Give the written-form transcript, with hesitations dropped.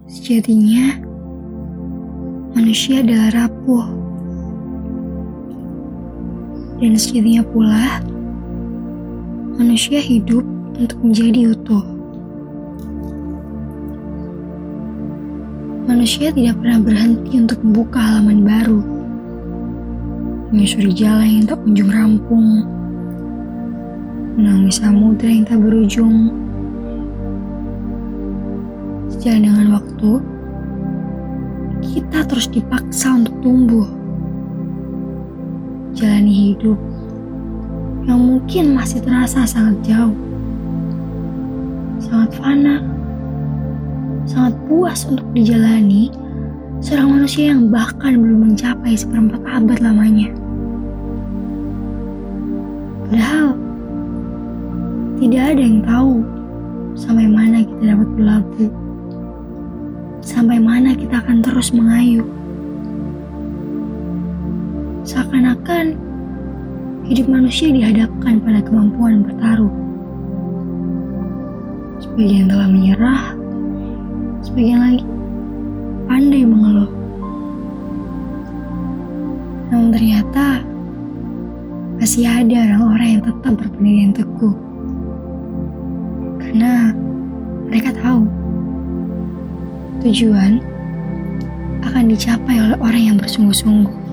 Sejatinya, manusia adalah rapuh. Dan sejatinya pula, manusia hidup untuk menjadi utuh. Manusia tidak pernah berhenti untuk membuka halaman baru, menyusuri jalan yang tak kunjung rampung, menangis samudra yang tak berujung. Sejalan dengan waktu, kita terus dipaksa untuk tumbuh, jalani hidup yang mungkin masih terasa sangat jauh, sangat fana, sangat puas untuk dijalani seorang manusia yang bahkan belum mencapai 1/4 abad lamanya. Padahal tidak ada yang tahu sampai mana kita dapat berlabuh, sampai mana kita akan terus mengayuh. Seakan-akan hidup manusia dihadapkan pada kemampuan bertaruh. Sebagian telah menyerah, sebagian lagi pandai mengeluh. Namun ternyata masih ada orang-orang yang tetap berpendirian teguh. Karena mereka tahu tujuan akan dicapai oleh orang yang bersungguh-sungguh.